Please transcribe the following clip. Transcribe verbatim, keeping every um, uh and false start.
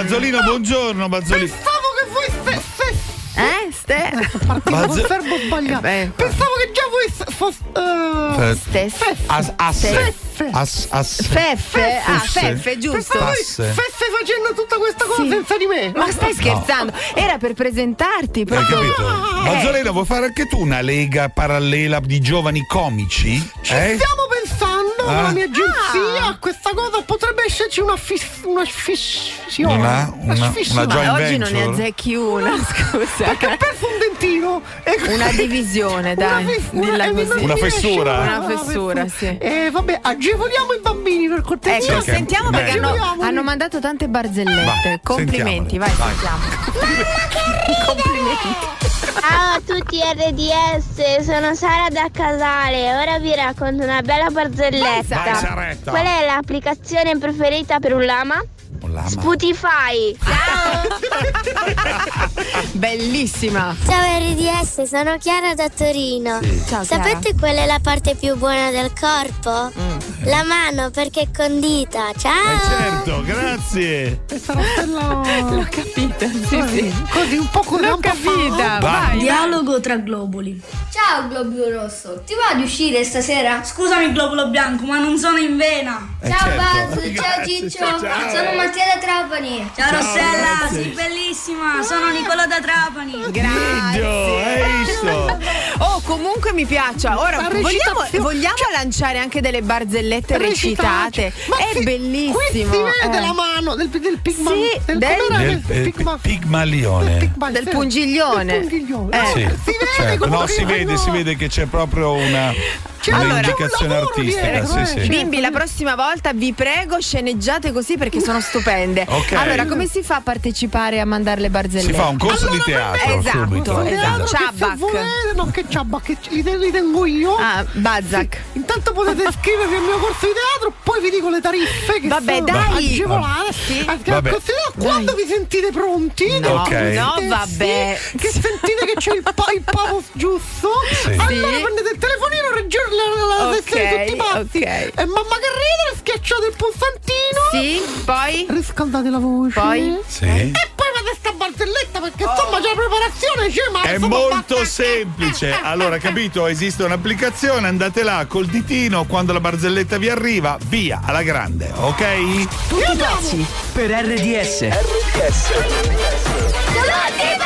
Bazzolino, buongiorno, Bazzolino. Pensavo che voi stesse. Eh? Ste? Partivo col verbo sbagliato. Eh, Pensavo che già voi foste. Uh, Stesse. As, as, Feffe. as, as. Feffe, ah, Feffe. Feffe, giusto. Pensavo voi Tasse. stesse facendo tutta questa cosa Sì. senza di me. Ma stai scherzando? Era per presentarti Hai proprio. capito? Ah, Bazzolino, vuoi fare anche tu una lega parallela di giovani comici? Ci Eh? stiamo pensando con Ah. la mia agenzia a questa cosa, potrebbe esserci una fis, una fissione. Una- una- scissione. una joint Ma oggi non ne venture? azzecchi una, scusa. Perché ho perso un dentino. E- Una divisione, dai. Una, fis- Dilla una, così. non mi Una riesce fessura? Una fessura, sì. E vabbè, agevoliamo i bambini per cortesia. Ecco, sentiamo perché hanno, Agevoliamoli. hanno mandato tante barzellette. Va, Complimenti, vai, sentiamole. sentiamo. Complimenti. Ciao a tutti R D S, sono Sara da Casale. Ora vi racconto una bella barzelletta. Vai, Saretta. Qual è l'applicazione preferita per un lama? Un lama. Spotify. Ciao. Bellissima. Ciao R D S, sono Chiara da Torino. Ciao, Sapete qual è la parte più buona del corpo? La mano, perché è condita. Ciao! Eh certo, grazie. Questa rottella. L'ho capita, sì, sì. Così un po' con L'ho capita. Vai. Dialogo tra globuli. Ciao Globulo Rosso, ti va di uscire stasera? Scusami globulo bianco, ma non sono in vena. Eh, Ciao certo. Buzz, ciao Grazie, Ciccio, ciao, ciao. sono Mattia da Trapani. Ciao, Rossella, grazie. sei bellissima. Sono Nicola da Trapani. Dio, hai visto? Oh, comunque mi piace. Ora La vogliamo, recitazione- vogliamo lanciare anche delle barzellette recitate. Ma È sì, bellissimo. Qui si vede eh. la mano del, del pigma. Sì, del, del- com'era Del quel eh, pigma- pigmalione. pigma- Del sì, pungiglione. del pungiglione. Eh. No, Sì, si vede certo. come No, che- si vede, no. si vede che c'è proprio una, C'è una allora, indicazione un lavoro artistica. dietro, Sì, eh. sì. Bimbi, la prossima volta vi prego sceneggiate così perché sono stupende. Ok. Allora, come si fa a partecipare a mandare le barzellette? Si fa un corso di teatro Esatto, subito. esatto. Teatro che Ciabac. se volete, no, che ciabac, che li, li tengo io. Ah, Bazzac. Intanto potete iscrivervi al mio corso di teatro, poi vi dico le tariffe che Vabbè, sono dai. agevolate. Sì. Anche Vabbè. considerate quando vi sentite pronti, No, Ok. no, sì, vabbè. che sentite che c'è il, pa- il pavo giusto, Sì. allora Sì. prendete il telefonino, reggete la, la Ok, sessione tutti pazzi. ok. E mamma che ridere, schiacciate il pulsantino, Sì, poi? riscaldate la voce. Poi? Sì. E poi fate sta barzelletta perché insomma c'è la preparazione, c'è, ma È insomma, molto basta- semplice. Allora, capito? Esiste un'applicazione, andate là col ditino, quando la barzelletta vi arriva, via, alla grande, ok? Tutti pazzi per R D S. Tutti